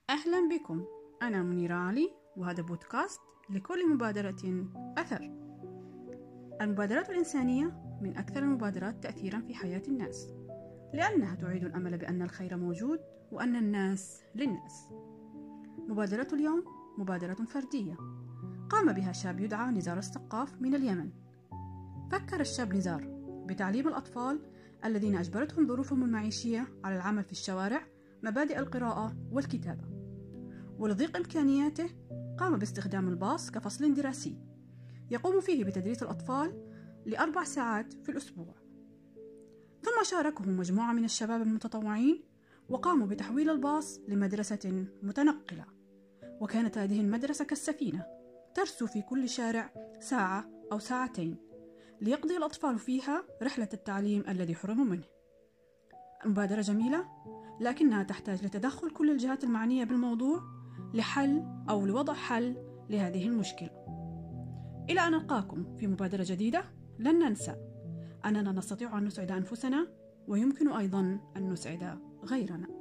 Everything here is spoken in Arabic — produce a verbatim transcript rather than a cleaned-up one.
أهلا بكم. أنا منيرة علي، وهذا بودكاست لكل مبادرة أثر. المبادرات الإنسانية من أكثر المبادرات تأثيرا في حياة الناس، لأنها تعيد الأمل بأن الخير موجود وأن الناس للناس. مبادرة اليوم مبادرة فردية قام بها شاب يدعى نزار السقاف من اليمن. فكر الشاب نزار بتعليم الأطفال الذين أجبرتهم ظروفهم المعيشية على العمل في الشوارع مبادئ القراءة والكتابة، ولضيق إمكانياته قام باستخدام الباص كفصل دراسي يقوم فيه بتدريس الأطفال لأربع ساعات في الأسبوع. ثم شاركهم مجموعة من الشباب المتطوعين وقاموا بتحويل الباص لمدرسة متنقلة، وكانت هذه المدرسة كالسفينة ترسو في كل شارع ساعة أو ساعتين ليقضي الأطفال فيها رحلة التعليم الذي حرموا منه. المبادرة جميلة، لكنها تحتاج لتدخل كل الجهات المعنية بالموضوع لحل أو لوضع حل لهذه المشكلة. إلى أن نلقاكم في مبادرة جديدة، لن ننسى أننا نستطيع أن نسعد أنفسنا، ويمكن أيضا أن نسعد غيرنا.